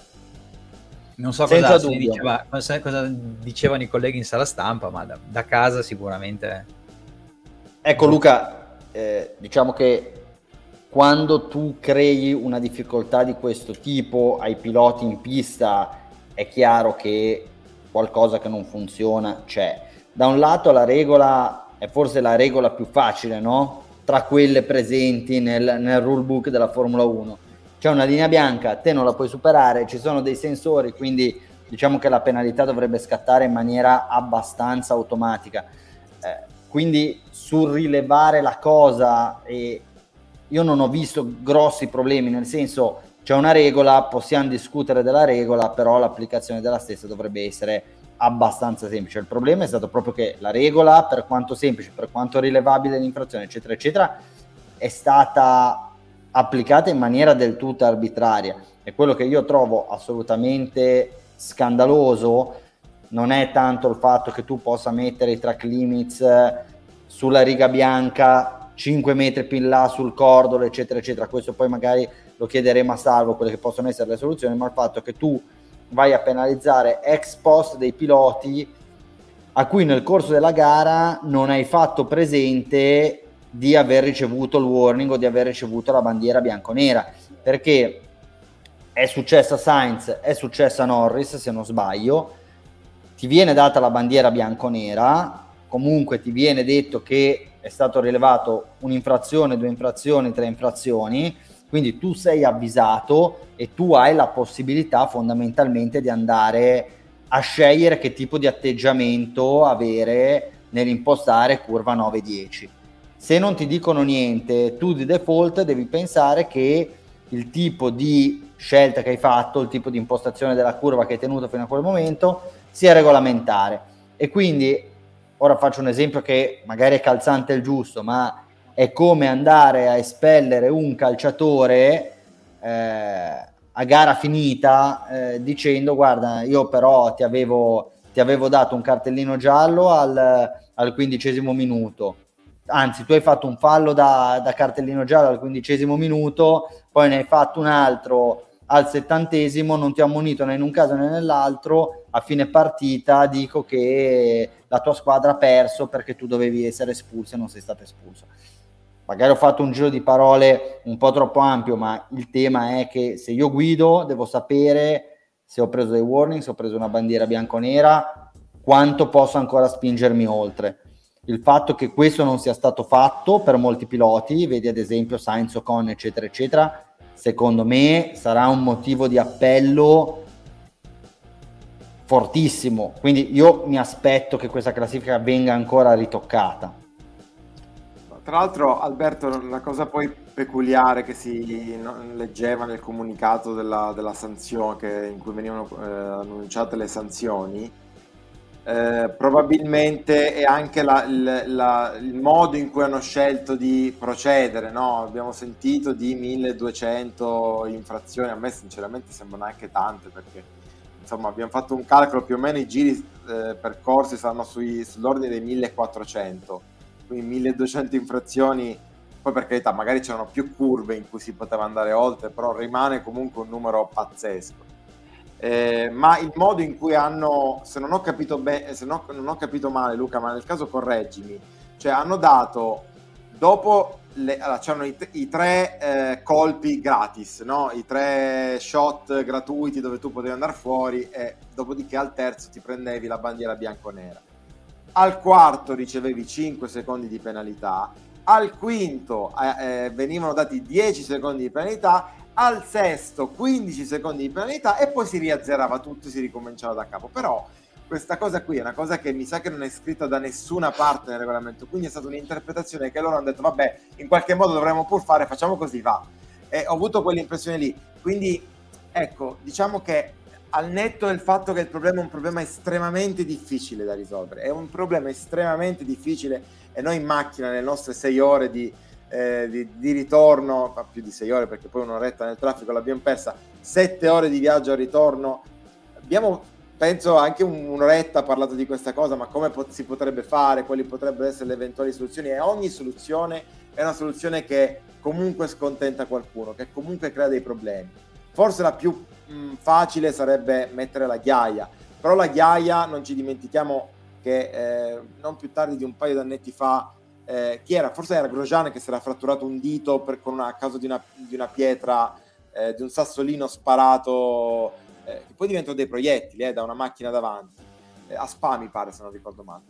Non so cosa, diceva, cosa, cosa dicevano i colleghi in sala stampa, ma da, da casa sicuramente. Ecco Luca, eh, diciamo che quando tu crei una difficoltà di questo tipo ai piloti in pista, è chiaro che qualcosa che non funziona c'è. Da un lato la regola è forse la regola più facile, no? Tra quelle presenti nel, nel rulebook della Formula uno. C'è una linea bianca, te non la puoi superare, ci sono dei sensori, quindi diciamo che la penalità dovrebbe scattare in maniera abbastanza automatica. Eh, quindi sul rilevare la cosa, eh, io non ho visto grossi problemi, nel senso c'è una regola, possiamo discutere della regola, però l'applicazione della stessa dovrebbe essere abbastanza semplice. Il problema è stato proprio che la regola, per quanto semplice, per quanto rilevabile l'infrazione, eccetera, eccetera, è stata applicata in maniera del tutto arbitraria. E quello che io trovo assolutamente scandaloso non è tanto il fatto che tu possa mettere i track limits sulla riga bianca cinque metri più in là sul cordolo, eccetera, eccetera. Questo poi magari lo chiederemo a Salvo, quelle che possono essere le soluzioni, ma il fatto che tu vai a penalizzare ex post dei piloti a cui nel corso della gara non hai fatto presente di aver ricevuto il warning o di aver ricevuto la bandiera bianconera, perché è successa a Sainz, è successa a Norris se non sbaglio, ti viene data la bandiera bianconera, comunque ti viene detto che è stato rilevato un'infrazione, due infrazioni, tre infrazioni, quindi tu sei avvisato e tu hai la possibilità fondamentalmente di andare a scegliere che tipo di atteggiamento avere nell'impostare curva nove dieci. Se non ti dicono niente, tu di default devi pensare che il tipo di scelta che hai fatto, il tipo di impostazione della curva che hai tenuto fino a quel momento sia regolamentare. E quindi, ora faccio un esempio che magari è calzante il giusto, ma è come andare a espellere un calciatore eh, a gara finita eh, dicendo guarda, io però ti avevo, ti avevo dato un cartellino giallo al, al quindicesimo minuto, anzi tu hai fatto un fallo da, da cartellino giallo al quindicesimo minuto, poi ne hai fatto un altro al settantesimo, non ti ho ammonito né in un caso né nell'altro, a fine partita dico che la tua squadra ha perso perché tu dovevi essere espulso e non sei stato espulso. Magari ho fatto un giro di parole un po' troppo ampio, ma il tema è che se io guido devo sapere se ho preso dei warning, se ho preso una bandiera bianconera, quanto posso ancora spingermi oltre. Il fatto che questo non sia stato fatto per molti piloti, vedi ad esempio Sainz, Ocon, eccetera, eccetera, secondo me sarà un motivo di appello fortissimo. Quindi io mi aspetto che questa classifica venga ancora ritoccata. Tra l'altro, Alberto, la cosa poi peculiare che si leggeva nel comunicato della, della sanzione, che, in cui venivano eh, annunciate le sanzioni, eh, probabilmente è anche la, il, la, il modo in cui hanno scelto di procedere, no? Abbiamo sentito di milleduecento infrazioni, a me sinceramente sembrano anche tante, perché insomma abbiamo fatto un calcolo, più o meno i giri eh, percorsi saranno sui, sull'ordine dei millequattrocento. Quindi milleduecento infrazioni poi per carità magari c'erano più curve in cui si poteva andare oltre, però rimane comunque un numero pazzesco. Eh, ma il modo in cui hanno, se non ho capito bene, se no, non ho capito male Luca, ma nel caso correggimi, cioè hanno dato dopo le, allora, c'erano i, i tre eh, colpi gratis, no? I tre shot gratuiti dove tu potevi andare fuori e dopodiché al terzo ti prendevi la bandiera bianco-nera, al quarto ricevevi cinque secondi di penalità, al quinto eh, eh, venivano dati dieci secondi di penalità, al sesto quindici secondi di penalità e poi si riazzerava tutto e si ricominciava da capo. Però questa cosa qui è una cosa che mi sa che non è scritta da nessuna parte nel regolamento, quindi è stata un'interpretazione che loro hanno detto vabbè, in qualche modo dovremmo pur fare, facciamo così, va. E ho avuto quell'impressione lì, quindi ecco, diciamo che al netto del fatto che il problema è un problema estremamente difficile da risolvere, è un problema estremamente difficile e noi in macchina nelle nostre sei ore di Eh, di, di ritorno, ma più di sei ore perché poi un'oretta nel traffico l'abbiamo persa, sette ore di viaggio al ritorno, abbiamo penso anche un, un'oretta parlato di questa cosa, ma come pot- si potrebbe fare, quali potrebbero essere le eventuali soluzioni, e ogni soluzione è una soluzione che comunque scontenta qualcuno, che comunque crea dei problemi. Forse la più mh, facile sarebbe mettere la ghiaia, però la ghiaia non ci dimentichiamo che eh, non più tardi di un paio di annetti fa Eh, chi era? Forse era Grosjean che si era fratturato un dito per, con una, a causa di una, di una pietra, eh, di un sassolino sparato, eh, che poi diventano dei proiettili eh, da una macchina davanti, eh, a Spa mi pare se non ricordo male.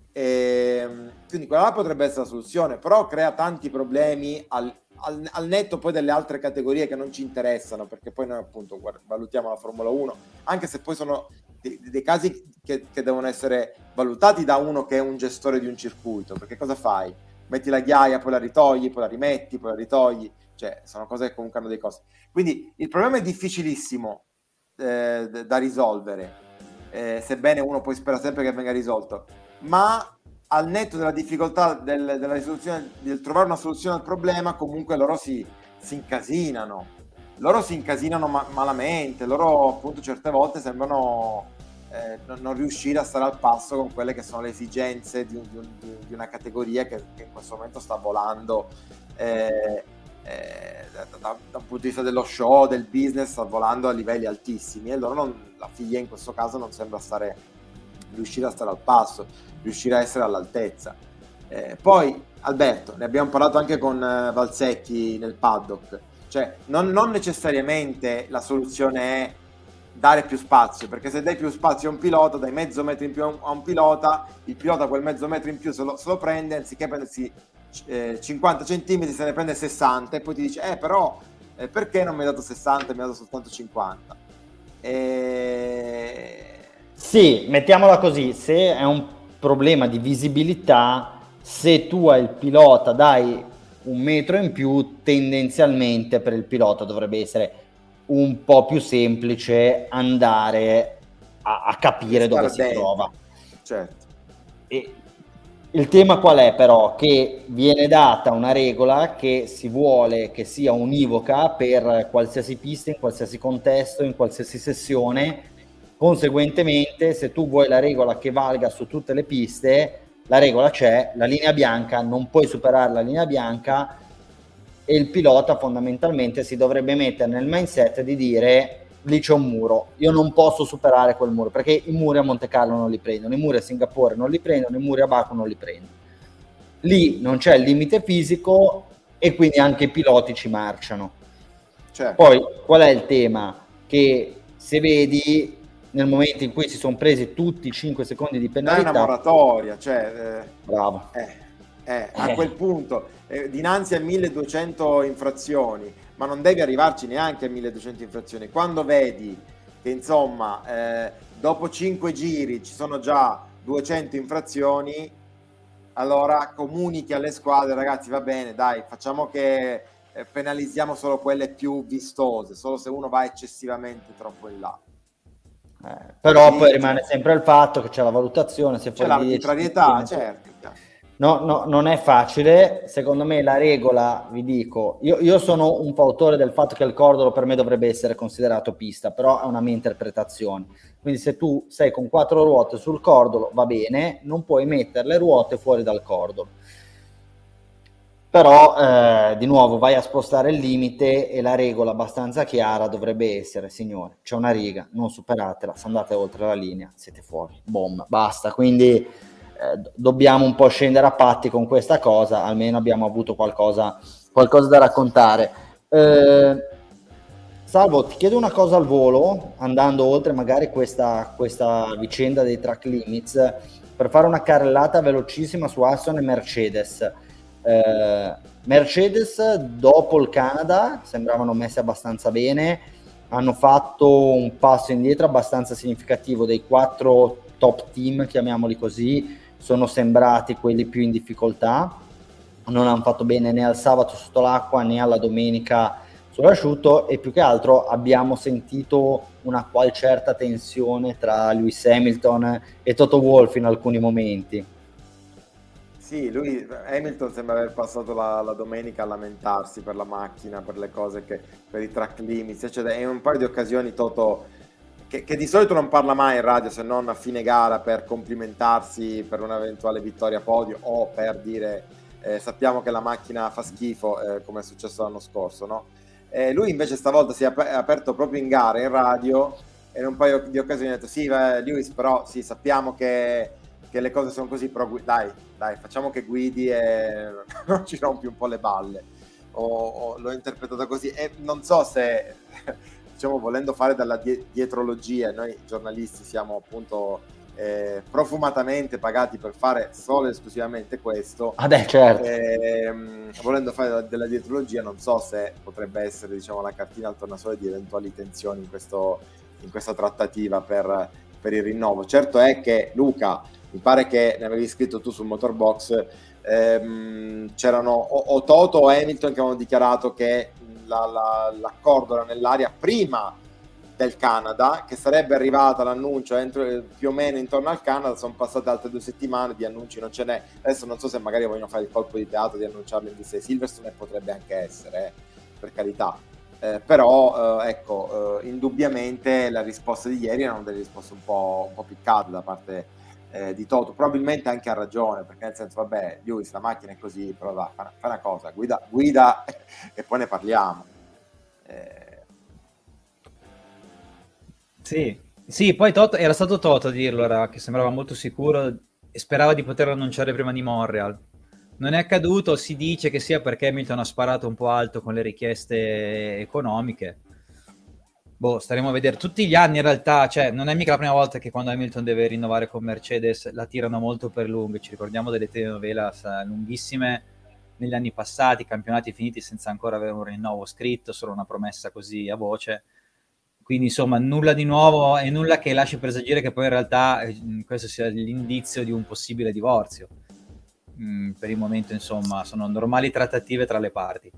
E, quindi quella potrebbe essere la soluzione, però crea tanti problemi al, al, al netto poi delle altre categorie che non ci interessano, perché poi noi appunto guarda, valutiamo la Formula uno, anche se poi sono dei, dei casi che, che devono essere valutati da uno che è un gestore di un circuito, perché cosa fai? Metti la ghiaia, poi la ritogli, poi la rimetti, poi la ritogli, cioè sono cose che comunque hanno dei costi. Quindi il problema è difficilissimo eh, da risolvere, eh, sebbene uno poi spera sempre che venga risolto, ma al netto della difficoltà del, della risoluzione, del trovare una soluzione al problema, comunque loro si, si incasinano. Loro si incasinano ma- malamente, loro appunto certe volte sembrano eh, non, non riuscire a stare al passo con quelle che sono le esigenze di, un, di, un, di una categoria che, che in questo momento sta volando eh, eh, da, da, da un punto di vista dello show, del business, sta volando a livelli altissimi, e loro non, la F I A in questo caso non sembra stare riuscire a stare al passo, riuscire a essere all'altezza. Eh, poi Alberto, ne abbiamo parlato anche con eh, Valsecchi nel paddock, cioè non, non necessariamente la soluzione è dare più spazio, perché se dai più spazio a un pilota, dai mezzo metro in più a un, a un pilota, il pilota quel mezzo metro in più se lo, se lo prende, anziché prendersi eh, cinquanta centimetri se ne prende sessanta, e poi ti dice eh però eh, perché non mi hai dato sessanta e mi hai dato soltanto cinquanta? E... Sì, mettiamola così, se è un problema di visibilità, se tu hai il pilota dai un metro in più, tendenzialmente per il pilota dovrebbe essere un po' più semplice andare a, a capire dove si dentro. trova. Certo. E il tema qual è però? Che viene data una regola che si vuole che sia univoca per qualsiasi pista, in qualsiasi contesto, in qualsiasi sessione. Conseguentemente, se tu vuoi la regola che valga su tutte le piste, la regola c'è, la linea bianca, non puoi superare la linea bianca, e il pilota fondamentalmente si dovrebbe mettere nel mindset di dire lì c'è un muro, io non posso superare quel muro, perché i muri a Monte Carlo non li prendono, i muri a Singapore non li prendono, i muri a Baku non li prendono. Lì non c'è il limite fisico e quindi anche i piloti ci marciano. Certo. Poi qual è il tema? Che se vedi nel momento in cui si sono presi tutti i cinque secondi di penalità, è una moratoria, cioè eh, bravo. Eh, eh, a quel punto eh, dinanzi a milleduecento infrazioni, ma non devi arrivarci neanche a milleduecento infrazioni, quando vedi che insomma eh, dopo cinque giri ci sono già duecento infrazioni, allora comunichi alle squadre, ragazzi, va bene, dai, facciamo che eh, penalizziamo solo quelle più vistose, solo se uno va eccessivamente troppo in là. Eh, però sì, poi rimane sempre il fatto che c'è la valutazione, se c'è l'arbitrarietà, certo. No, no, non è facile. Secondo me la regola, vi dico, io, io sono un fautore del fatto che il cordolo per me dovrebbe essere considerato pista, però è una mia interpretazione. Quindi se tu sei con quattro ruote sul cordolo va bene, non puoi mettere le ruote fuori dal cordolo. Però eh, di nuovo vai a spostare il limite e la regola abbastanza chiara dovrebbe essere: signori, c'è una riga, non superatela, se andate oltre la linea siete fuori, boom, basta. Quindi eh, dobbiamo un po' scendere a patti con questa cosa, almeno abbiamo avuto qualcosa, qualcosa da raccontare. eh, Salvo, ti chiedo una cosa al volo, andando oltre magari questa, questa vicenda dei track limits, per fare una carrellata velocissima su Aston e Mercedes. Eh, Mercedes dopo il Canada sembravano messi abbastanza bene, hanno fatto un passo indietro abbastanza significativo. Dei quattro top team, chiamiamoli così, sono sembrati quelli più in difficoltà, non hanno fatto bene né al sabato sotto l'acqua né alla domenica sull'asciutto, e più che altro abbiamo sentito una qual certa tensione tra Lewis Hamilton e Toto Wolff in alcuni momenti. Sì, lui, Hamilton sembra aver passato la, la domenica a lamentarsi per la macchina, per le cose che, per i track limits, cioè, in un paio di occasioni Toto, che, che di solito non parla mai in radio se non a fine gara per complimentarsi per un'eventuale vittoria podio o per dire eh, sappiamo che la macchina fa schifo, eh, come è successo l'anno scorso, no? Eh, lui invece stavolta si è ap- aperto proprio in gara, in radio, e in un paio di occasioni ha detto sì, beh, Lewis, però sì, sappiamo che, che le cose sono così, però dai, dai, facciamo che guidi e non ci rompi un po' le balle. O, o, l'ho interpretata così, e non so se, diciamo, volendo fare dalla die- dietrologia, noi giornalisti siamo appunto eh, profumatamente pagati per fare solo e esclusivamente questo. Ah beh, certo. Eh, volendo fare della, della dietrologia, non so se potrebbe essere, diciamo, la cartina al tornasole di eventuali tensioni in, questo, in questa trattativa per, per il rinnovo. Certo è che, Luca, mi pare che ne avevi scritto tu sul Motorbox, ehm, c'erano o, o Toto o Hamilton che avevano dichiarato che la, la, l'accordo era nell'aria prima del Canada, che sarebbe arrivata l'annuncio entro, più o meno intorno al Canada. Sono passate altre due settimane, di annunci non ce n'è. Adesso non so se magari vogliono fare il colpo di teatro di annunciarlo in V sei Silverstone, e potrebbe anche essere, eh, per carità. Eh, però eh, ecco, eh, indubbiamente le risposte di ieri erano delle risposte un po', un po' piccate da parte eh, di Toto, probabilmente anche a ragione, perché nel senso, vabbè, Lewis, la macchina è così, però va, fa, fa una cosa, guida, guida e poi ne parliamo. Eh, Sì, sì, poi Toto, era stato Toto a dirlo, era, che sembrava molto sicuro e sperava di poterlo annunciare prima di Montreal. Non è accaduto, si dice che sia perché Hamilton ha sparato un po' alto con le richieste economiche. Boh, staremo a vedere. Tutti gli anni in realtà, cioè, non è mica la prima volta che quando Hamilton deve rinnovare con Mercedes la tirano molto per lunghe. Ci ricordiamo delle telenovelas lunghissime negli anni passati, campionati finiti senza ancora avere un rinnovo scritto, solo una promessa così a voce. Quindi insomma nulla di nuovo e nulla che lasci presagire che poi in realtà eh, questo sia l'indizio di un possibile divorzio. Mm, per il momento insomma sono normali trattative tra le parti.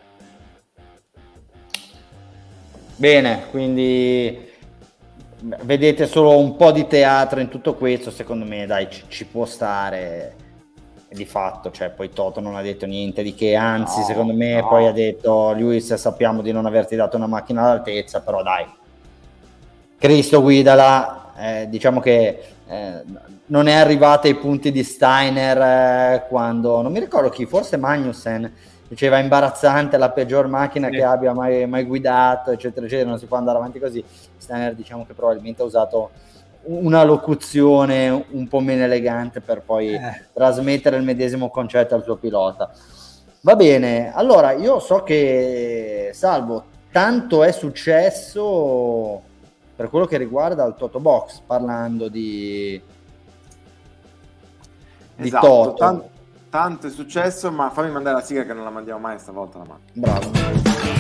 Bene, quindi vedete solo un po' di teatro in tutto questo, secondo me dai ci, ci può stare. Di fatto, cioè poi Toto non ha detto niente di che, anzi no, secondo me no. Poi ha detto Lewis, sappiamo di non averti dato una macchina all'altezza, però dai, Cristo guidala. Eh, diciamo che eh, non è arrivata ai punti di Steiner eh, quando, non mi ricordo chi, forse Magnussen diceva imbarazzante, la peggior macchina sì. che abbia mai, mai guidato, eccetera eccetera, non si può andare avanti così. Steiner diciamo che probabilmente ha usato una locuzione un po' meno elegante per poi eh. trasmettere il medesimo concetto al suo pilota. Va bene, allora io so che, Salvo, tanto è successo per quello che riguarda il Toto Box, parlando di, di esatto, Toto. Tanto, tanto è successo, ma fammi mandare la sigla che non la mandiamo mai stavolta la mano. Bravo.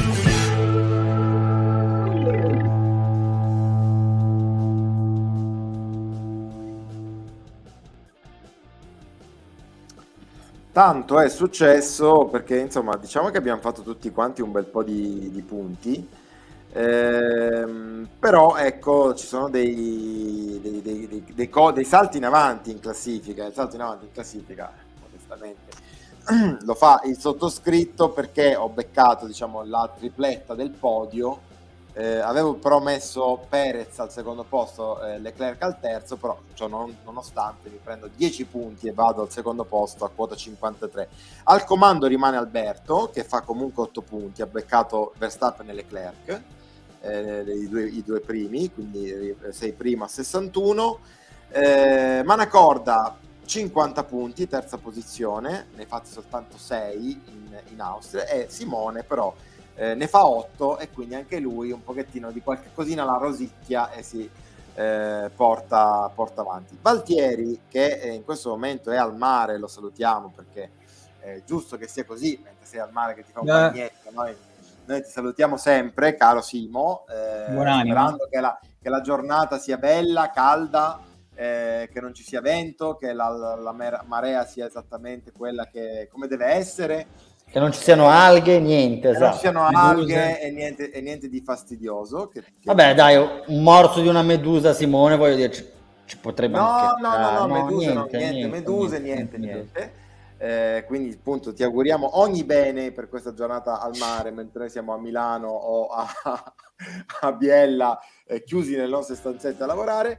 Tanto è successo perché, insomma, diciamo che abbiamo fatto tutti quanti un bel po' di, di punti, ehm, però ecco, ci sono dei, dei, dei, dei, dei, co- dei salti in avanti in classifica. Il salto in avanti in classifica, modestamente, lo fa il sottoscritto perché ho beccato, diciamo, la tripletta del podio Eh, avevo però messo Perez al secondo posto, eh, Leclerc al terzo, però cioè, non, nonostante mi prendo dieci punti e vado al secondo posto a quota cinquantatré. Al comando rimane Alberto, che fa comunque otto punti, ha beccato Verstappen e Leclerc, eh, i, due, i due primi, quindi sei primo a sessantuno. eh, Manacorda cinquanta punti, terza posizione, ne fate soltanto sei in, in Austria, e Simone però Eh, ne fa otto, e quindi anche lui un pochettino di qualche cosina la rosicchia e si eh, porta, porta avanti. Valtieri, che eh, in questo momento è al mare, lo salutiamo perché è giusto che sia così, mentre sei al mare che ti fa un bagnetto, noi, noi ti salutiamo sempre, caro Simo, eh, sperando che la, che la giornata sia bella, calda, eh, che non ci sia vento, che la, la, la marea sia esattamente quella che come deve essere, che non ci siano alghe, niente, esatto. Non ci siano alghe e niente, e niente di fastidioso. Che, che Vabbè, dai, un morso di una medusa, Simone, voglio dire, ci, ci potrebbe no, anche... no, no, no, no, meduse, niente, no, niente, niente, meduse, niente, niente. niente. Eh, quindi, appunto, ti auguriamo ogni bene per questa giornata al mare, mentre noi siamo a Milano o a, a Biella, eh, chiusi nelle nostre stanzette a lavorare.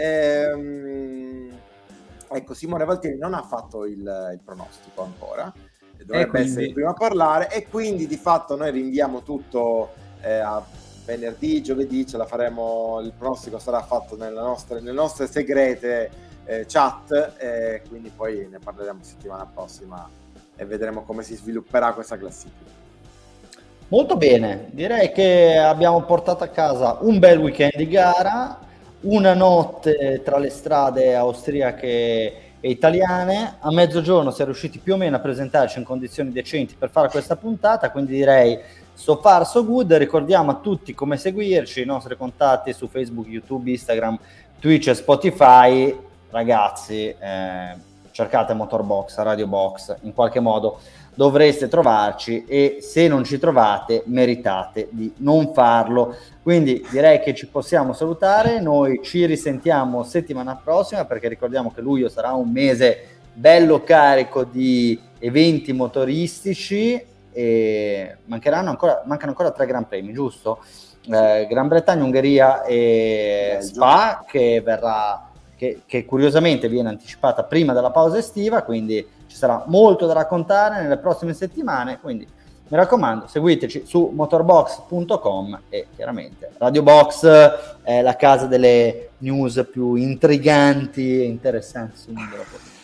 Eh, ecco, Simone Valtieri non ha fatto il, il pronostico ancora. Dovrebbe quindi essere il primo a parlare, e quindi di fatto noi rinviamo tutto eh, a venerdì, giovedì, ce la faremo, il pronostico sarà fatto nelle nostre, nelle nostre segrete eh, chat, e quindi poi ne parleremo settimana prossima e vedremo come si svilupperà questa classifica. Molto bene, direi che abbiamo portato a casa un bel weekend di gara, una notte tra le strade austriache e italiane. A mezzogiorno si è riusciti più o meno a presentarci in condizioni decenti per fare questa puntata, quindi direi so far so good. Ricordiamo a tutti come seguirci, i nostri contatti su Facebook, YouTube, Instagram, Twitch e Spotify. Ragazzi, eh, cercate Motorbox, Radio Box, in qualche modo dovreste trovarci, e se non ci trovate meritate di non farlo. Quindi direi che ci possiamo salutare, noi ci risentiamo settimana prossima, perché ricordiamo che luglio sarà un mese bello carico di eventi motoristici, e mancheranno ancora, mancano ancora tre Gran Premi, giusto? Eh, Gran Bretagna, Ungheria e Spa, che verrà, che, che curiosamente viene anticipata prima della pausa estiva, quindi ci sarà molto da raccontare nelle prossime settimane, quindi mi raccomando, seguiteci su motorbox punto com, e chiaramente Radio Box è la casa delle news più intriganti e interessanti sul mondo.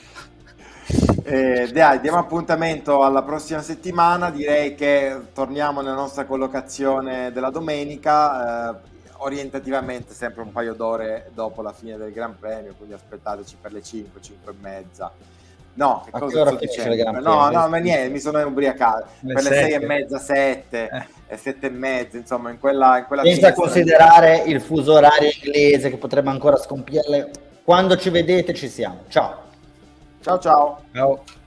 Eh, dai, diamo appuntamento alla prossima settimana. Direi che torniamo nella nostra collocazione della domenica, eh, orientativamente sempre un paio d'ore dopo la fine del Gran Premio, quindi aspettateci per le cinque, cinque e mezza. No, che a cosa sto dicendo? No, no, ma niente, mi sono ubriacato per le sei e mezza, sette eh. e sette e mezza, insomma, in quella, in quella senza considerare il fuso orario inglese che potrebbe ancora scompiere. Quando ci vedete ci siamo. Ciao. Ciao ciao. Ciao.